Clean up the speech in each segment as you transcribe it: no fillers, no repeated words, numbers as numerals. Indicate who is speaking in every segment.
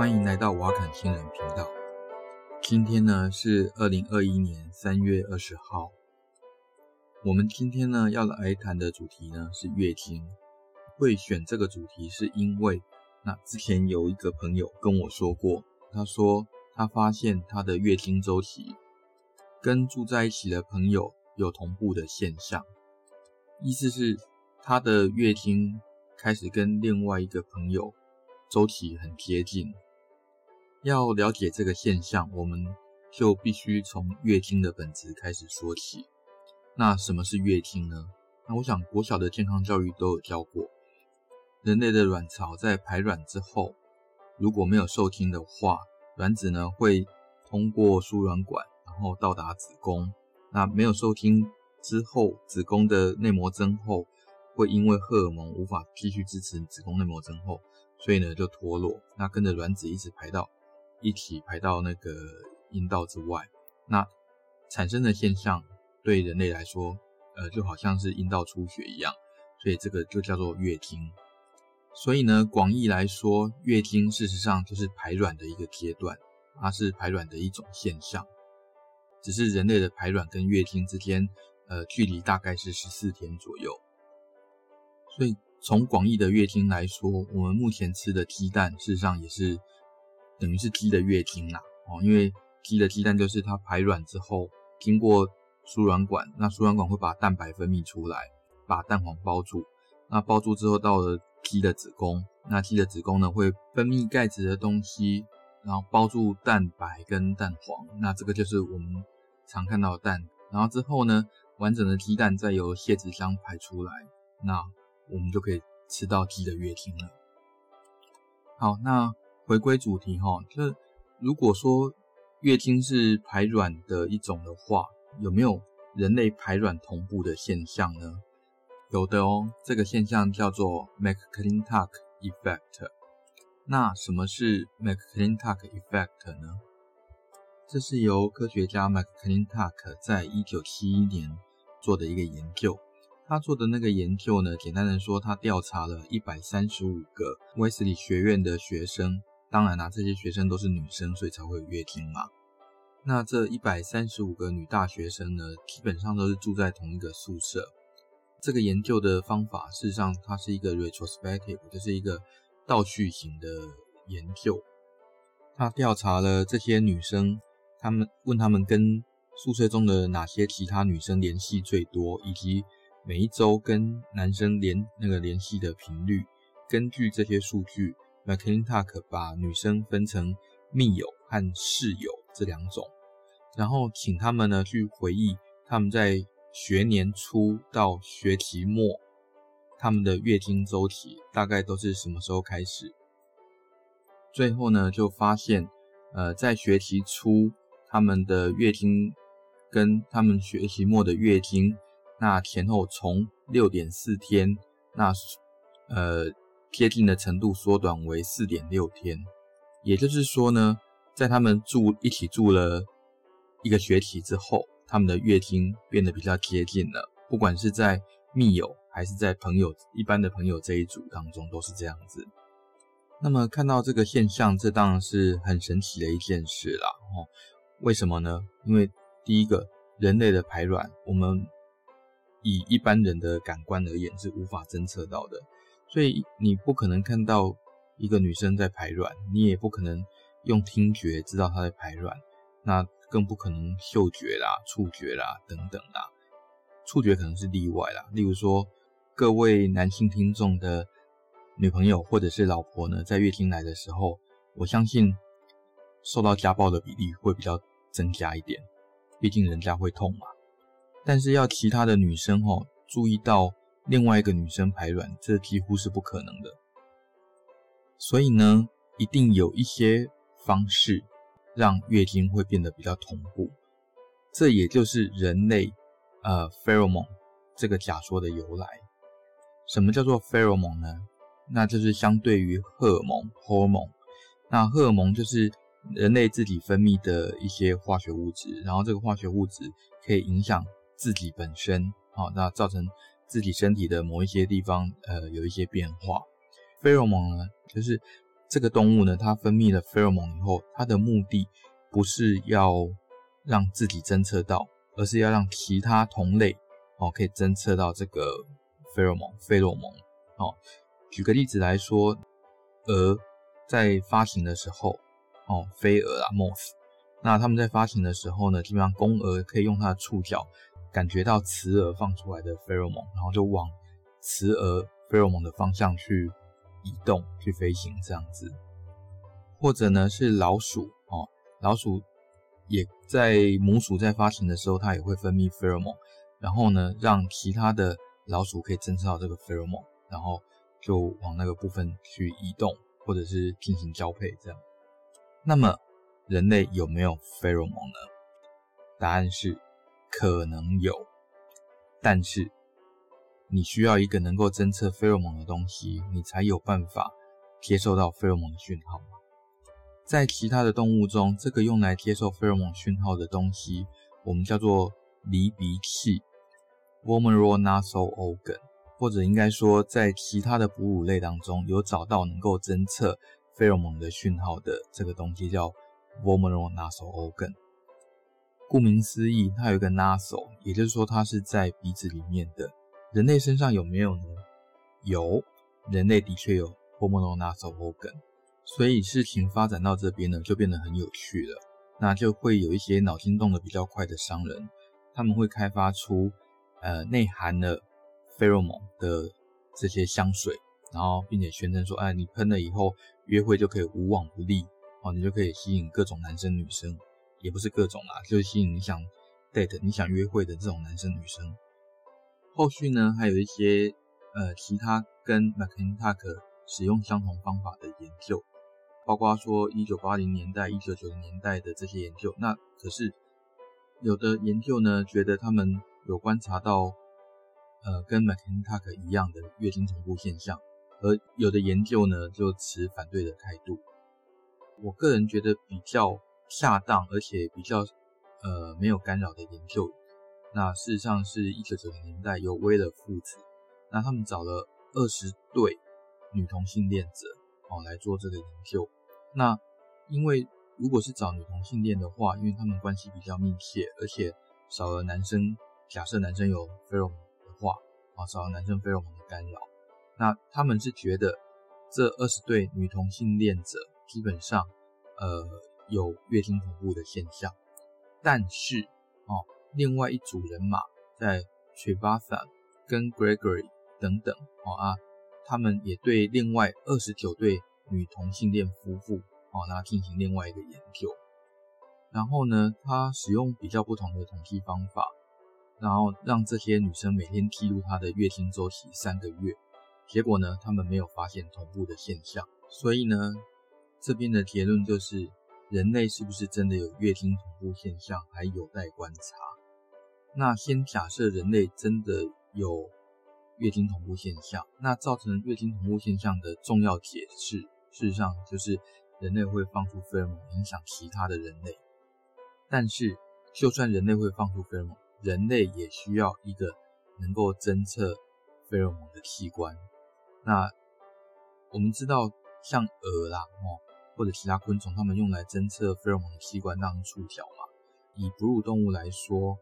Speaker 1: 欢迎来到瓦肯新人频道。今天呢是2021年3月20号。我们今天呢要来谈的主题呢是月经。会选这个主题是因为之前有一个朋友跟我说过，他说他发现他的月经周期跟住在一起的朋友有同步的现象，意思是他的月经开始跟另外一个朋友周期很接近。要了解这个现象，我们就必须从月经的本质开始说起。那什么是月经呢？我想国小的健康教育都有教过，人类的卵巢在排卵之后，如果没有受精的话，卵子呢会通过输卵管然后到达子宫。那没有受精之后，子宫的内膜增厚会因为荷尔蒙无法继续支持子宫内膜增厚，所以呢就脱落，那跟着卵子一起排到那个阴道之外。那产生的现象对人类来说就好像是阴道出血一样，所以这个就叫做月经。所以呢广义来说，月经事实上就是排卵的一个阶段，它是排卵的一种现象，只是人类的排卵跟月经之间距离大概是14天左右。所以从广义的月经来说，我们目前吃的鸡蛋事实上也是等于是鸡的月经啦，因为鸡的鸡蛋就是它排卵之后经过输卵管，那输卵管会把蛋白分泌出来，把蛋黄包住，那包住之后到了鸡的子宫，那鸡的子宫呢会分泌钙质的东西，然后包住蛋白跟蛋黄，那这个就是我们常看到的蛋。然后之后呢，完整的鸡蛋再由泄殖腔排出来，那我们就可以吃到鸡的月经了。好，那回归主题就是如果说月经是排卵的一种的话，有没有人类排卵同步的现象呢？有的哦，这个现象叫做 McClintock Effect。 那什么是 McClintock Effect 呢？这是由科学家 McClintock 在1971年做的一个研究。他做的那个研究呢，简单的说，他调查了135个威斯理学院的学生，当然这些学生都是女生，所以才会有月经嘛。那这135个女大学生呢，基本上都是住在同一个宿舍。这个研究的方法事实上它是一个 retrospective， 就是一个倒叙型的研究。他调查了这些女生，问他们跟宿舍中的哪些其他女生联系最多，以及每一周跟男生联系的频率。根据这些数据， McClintock 把女生分成密友和室友这两种，然后请他们呢去回忆他们在学年初到学期末他们的月经周期大概都是什么时候开始。最后呢就发现在学期初他们的月经跟他们学期末的月经，那前后从 6.4 天，那接近的程度缩短为 4.6 天。也就是说呢，在他们一起住了一个学期之后，他们的月经变得比较接近了，不管是在密友还是在一般的朋友这一组当中都是这样子。那么看到这个现象，这当然是很神奇的一件事啦。为什么呢？因为第一个，人类的排卵我们以一般人的感官而言是无法侦测到的，所以你不可能看到一个女生在排卵，你也不可能用听觉知道她在排卵，那更不可能嗅觉啦、触觉啦等等啦。触觉可能是例外啦，例如说各位男性听众的女朋友或者是老婆呢，在月经来的时候，我相信受到家暴的比例会比较增加一点，毕竟人家会痛嘛。但是要其他的女生注意到另外一个女生排卵，这几乎是不可能的。所以呢，一定有一些方式让月经会变得比较同步，这也就是人类pheromone 这个假说的由来。什么叫做 pheromone 呢？那就是相对于荷尔蒙 hormone。那荷尔蒙就是人类自己分泌的一些化学物质，然后这个化学物质可以影响自己本身，那造成自己身体的某一些地方有一些变化。pheromone 呢，就是这个动物呢，它分泌了费洛蒙以后，它的目的不是要让自己侦测到，而是要让其他同类可以侦测到这个费洛蒙。举个例子来说，蛾在发情的时候，飞蛾啊 moth， 那他们在发情的时候呢，基本上公蛾可以用它的触角感觉到雌蛾放出来的费洛蒙，然后就往雌蛾费洛蒙的方向去移动去飞行这样子。或者呢是老鼠，老鼠也在母鼠在发情的时候，它也会分泌费洛蒙，然后呢让其他的老鼠可以侦测到这个费洛蒙，然后就往那个部分去移动或者是进行交配这样。那么人类有没有费洛蒙呢？答案是可能有，但是你需要一个能够侦测费洛蒙的东西，你才有办法接受到费洛蒙的讯号。在其他的动物中，这个用来接受费洛蒙讯号的东西，我们叫做离鼻器 （vomeronasal organ）， 或者应该说，在其他的哺乳类当中，有找到能够侦测费洛蒙的讯号的这个东西叫 vomeronasal organ。顾名思义，它有一个 nasal， 也就是说它是在鼻子里面的。人类身上有没有呢？有，人类的确有 vomeronasal organ。所以事情发展到这边呢，就变得很有趣了。那就会有一些脑筋动得比较快的商人，他们会开发出内含了费洛蒙的这些香水，然后并且宣称说，你喷了以后约会就可以无往不利，你就可以吸引各种男生女生，也不是各种啦，就是吸引你想 date 你想约会的这种男生女生。后续呢还有一些其他跟 McClintock 使用相同方法的研究，包括说1980年代、1990年代的这些研究。那可是有的研究呢，觉得他们有观察到跟 McClintock 一样的月经同步现象，而有的研究呢就持反对的态度。我个人觉得比较恰当而且比较没有干扰的研究，那事实上是1990年代由威勒父子，那他们找了20对女同性恋者来做这个研究。那因为如果是找女同性恋的话，因为他们关系比较密切，而且少了男生，假设男生有费洛蒙的话，少了男生费洛蒙的干扰，那他们是觉得这20对女同性恋者基本上有月经同步的现象。但是另外一组人马在 Srivastava 跟 Gregory 等等他们也对另外29对女同性恋夫妇那进行另外一个研究。然后呢，他使用比较不同的统计方法，然后让这些女生每天记录她的月经周期3个月，结果呢他们没有发现同步的现象。所以呢这边的结论就是人类是不是真的有月经同步现象还有待观察。那先假设人类真的有月经同步现象，那造成月经同步现象的重要解释，事实上就是人类会放出费洛蒙影响其他的人类。但是就算人类会放出费洛蒙，人类也需要一个能够侦测费洛蒙的器官。那我们知道像蛾啦或者其他昆虫，它们用来侦测费洛蒙的器官当然触角嘛。以哺乳动物来说，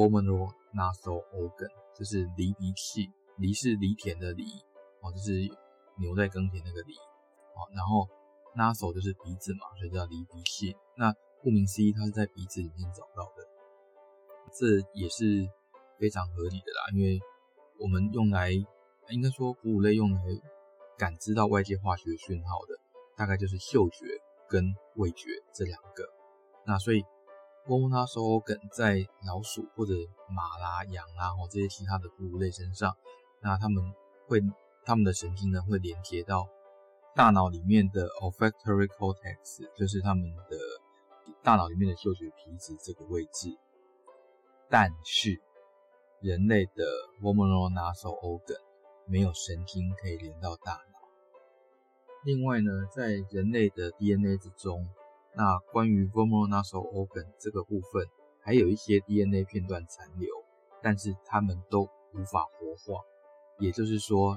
Speaker 1: vomeronasal organ 就是犁鼻器，犁是犁田的犁就是牛在耕田那个犁然后 nasal 就是鼻子嘛，所以叫犁鼻器。那顾名思义，它是在鼻子里面找到的，这也是非常合理的啦。因为我们用来应该说哺乳类用来感知到外界化学讯号的大概就是嗅觉跟味觉这两个。那所以 vomeronasal organ 在老鼠或者马啦、羊啦这些其他的哺乳类身上，那他们的神经呢会连接到大脑里面的 olfactory cortex， 就是他们的大脑里面的嗅觉皮质这个位置。但是人类的 vomeronasal organ 没有神经可以连到大脑。另外呢，在人类的 DNA 之中，那关于 vomeronasal organ 这个部分还有一些 DNA 片段残留，但是它们都无法活化。也就是说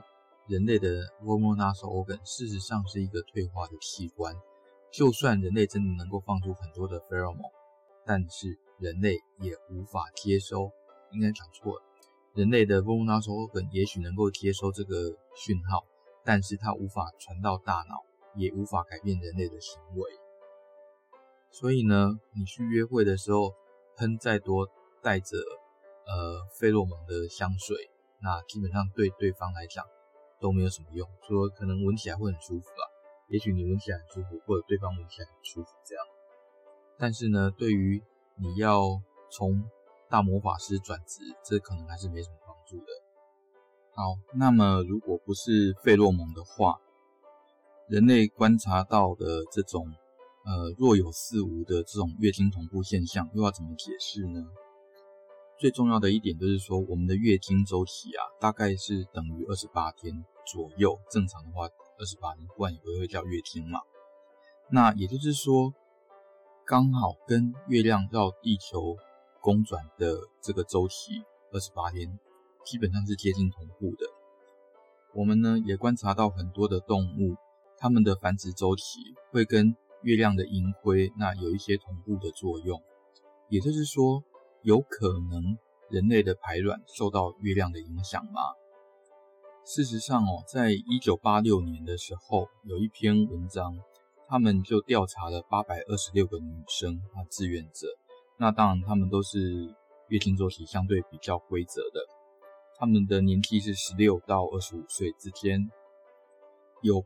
Speaker 1: 人类的 vomeronasal organ 事实上是一个退化的器官，就算人类真的能够放出很多的 pheromone， 但是人类也无法接收，应该讲错了，人类的 vomeronasal organ 也许能够接收这个讯号，但是它无法传到大脑，也无法改变人类的行为。所以呢，你去约会的时候喷再多带着费洛蒙的香水，那基本上对对方来讲都没有什么用，说可能闻起来会很舒服啦，也许你闻起来很舒服，或者对方闻起来很舒服这样。但是呢，对于你要从大魔法师转职，这可能还是没什么帮助的。好，那么如果不是费洛蒙的话，人类观察到的这种若有似无的这种月经同步现象又要怎么解释呢？最重要的一点就是说，我们的月经周期大概是等于28天左右，正常的话28天，不然也不会叫月经嘛。那也就是说，刚好跟月亮绕地球公转的这个周期28天基本上是接近同步的。我们呢也观察到很多的动物，它们的繁殖周期会跟月亮的盈亏那有一些同步的作用，也就是说有可能人类的排卵受到月亮的影响吗？事实上在1986年的时候，有一篇文章，他们就调查了826个女生志愿者，那当然他们都是月经周期相对比较规则的，他们的年纪是16到25岁之间，有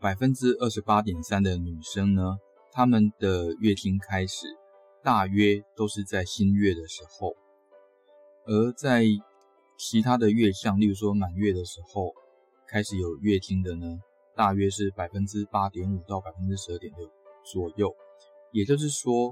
Speaker 1: 28.3% 的女生呢，她们的月经开始大约都是在新月的时候，而在其他的月相，例如说满月的时候开始有月经的呢，大约是 8.5% 到 12.6% 左右，也就是说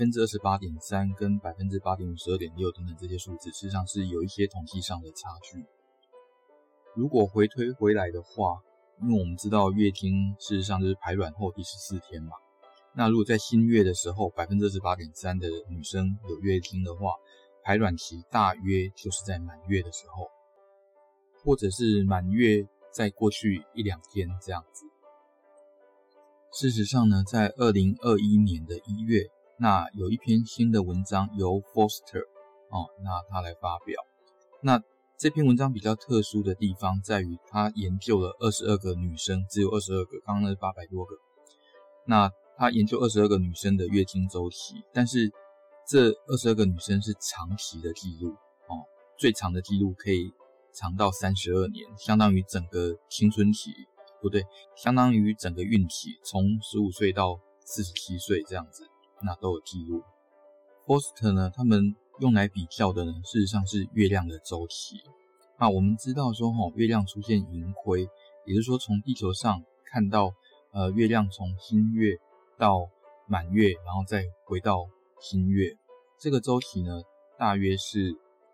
Speaker 1: 28.3% 跟 8.5% 12.6% 等等这些数字事实上是有一些统计上的差距。如果回推回来的话，因为我们知道月经事实上就是排卵后第14天嘛，那如果在新月的时候 28.3% 的女生有月经的话，排卵期大约就是在满月的时候，或者是满月再过去1-2天这样子。事实上呢，在2021年的1月，那有一篇新的文章由 Foster 那他来发表。那这篇文章比较特殊的地方在于，他研究了22个女生，只有22个，刚刚那是800多个。那他研究22个女生的月经周期，但是这22个女生是长期的记录最长的记录可以长到32年，相当于整个青春期，不对，相当于整个孕期，从15岁到47岁这样子，那都有记录。Foster 呢，他们用来比较的呢，事实上是月亮的周期。那我们知道说月亮出现盈亏，也就是说从地球上看到月亮从新月到满月，然后再回到新月，这个周期呢大约是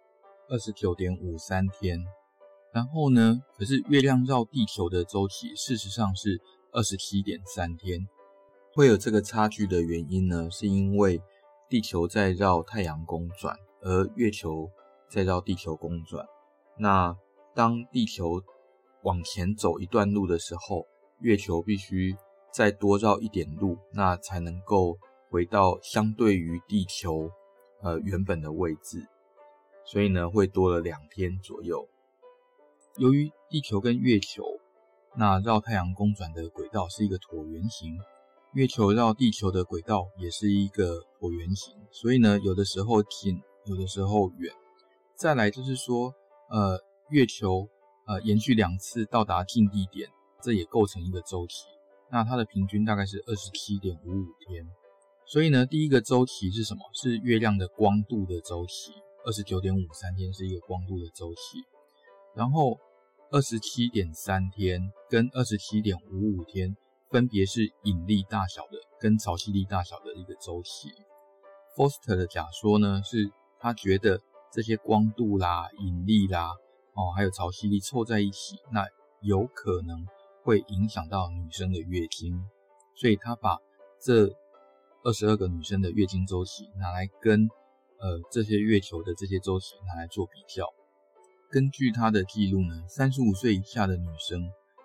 Speaker 1: 29.53 天。然后呢，可是月亮绕地球的周期事实上是 27.3 天。会有这个差距的原因呢，是因为地球在绕太阳公转，而月球在绕地球公转。那当地球往前走一段路的时候，月球必须再多绕一点路，那才能够回到相对于地球原本的位置，所以呢会多了2天左右。由于地球跟月球那绕太阳公转的轨道是一个椭圆形，月球绕地球的轨道也是一个椭圆形，所以呢有的时候近，有的时候远。再来就是说月球延续2次到达近地点，这也构成一个周期，那它的平均大概是 27.55 天。所以呢第一个周期是什么？是月亮的光度的周期， 29.53 天是一个光度的周期，然后 27.3 天跟 27.55 天分别是引力大小的跟潮汐力大小的一个周期。 Foster 的假说呢，是他觉得这些光度啦、引力啦还有潮汐力凑在一起，那有可能会影响到女生的月经，所以他把这22个女生的月经周期拿来跟这些月球的这些周期拿来做比较。根据他的记录呢，35岁以下的女生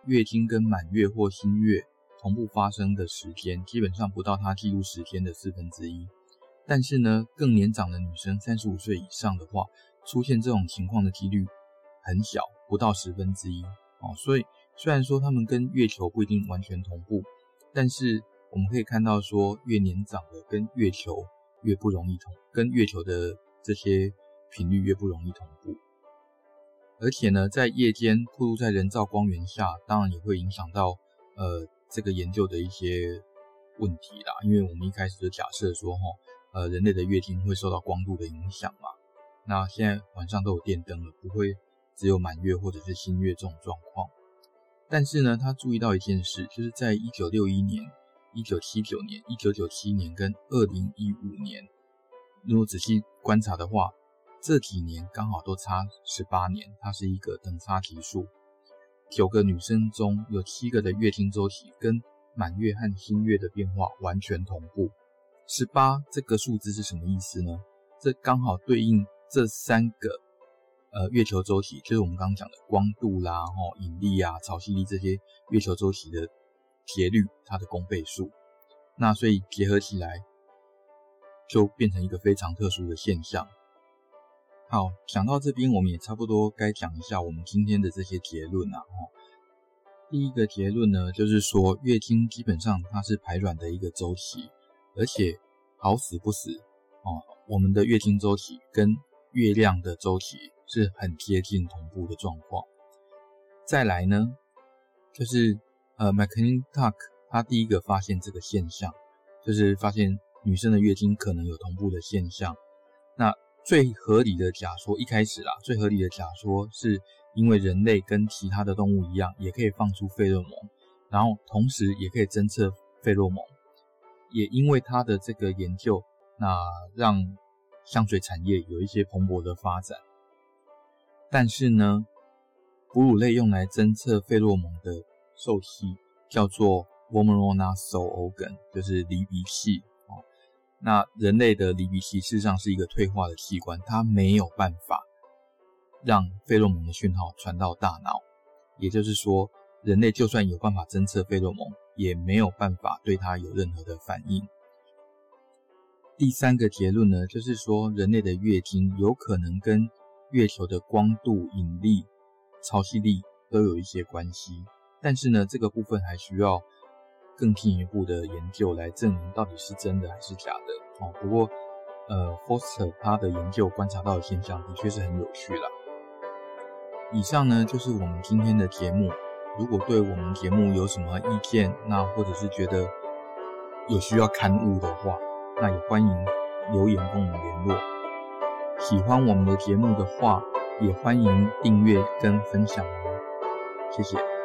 Speaker 1: 月经跟满月或新月同步发生的时间基本上不到它记录10天的1/4，但是呢，更年长的女生35岁以上的话，出现这种情况的几率很小，不到1/10所以虽然说他们跟月球不一定完全同步，但是我们可以看到说，越年长的跟月球越不容易跟月球的这些频率越不容易同步。而且呢，在夜间暴露在人造光源下，当然也会影响到这个研究的一些问题啦。因为我们一开始就假设说人类的月经会受到光度的影响嘛。那现在晚上都有电灯了，不会只有满月或者是新月这种状况。但是呢，他注意到一件事，就是在1961年、1979年、1997年跟2015年，如果仔细观察的话，这几年刚好都差18年，它是一个等差级数。9个女生中有7个的月经周期跟满月和新月的变化完全同步。18这个数字是什么意思呢？这刚好对应这3个月球周期，就是我们刚刚讲的光度啦、引力啊、潮汐力这些月球周期的节律，它的公倍数。那所以结合起来就变成一个非常特殊的现象。好，讲到这边我们也差不多该讲一下我们今天的这些结论啦。第一个结论呢，就是说月经基本上它是排卵的一个周期，而且好死不死我们的月经周期跟月亮的周期是很接近同步的状况。再来呢，就是McClintock 他第一个发现这个现象，就是发现女生的月经可能有同步的现象。那最合理的假说，一开始最合理的假说是因为人类跟其他的动物一样，也可以放出费洛蒙，然后同时也可以侦测费洛蒙。也因为他的这个研究，那让香水产业有一些蓬勃的发展。但是呢，哺乳类用来侦测费洛蒙的受器叫做 vomeronasal organ， 就是离鼻器。那人类的离鼻器事实上是一个退化的器官，它没有办法让费洛蒙的讯号传到大脑。也就是说，人类就算有办法侦测费洛蒙，也没有办法对它有任何的反应。第三个结论呢，就是说人类的月经有可能跟月球的光度、引力、潮汐力都有一些关系，但是呢，这个部分还需要更进一步的研究来证明到底是真的还是假的。不过Foster 他的研究观察到的现象的确是很有趣啦。以上呢就是我们今天的节目。如果对我们节目有什么意见，那或者是觉得有需要刊物的话，那也欢迎留言跟我们联络。喜欢我们的节目的话，也欢迎订阅跟分享哦。谢谢。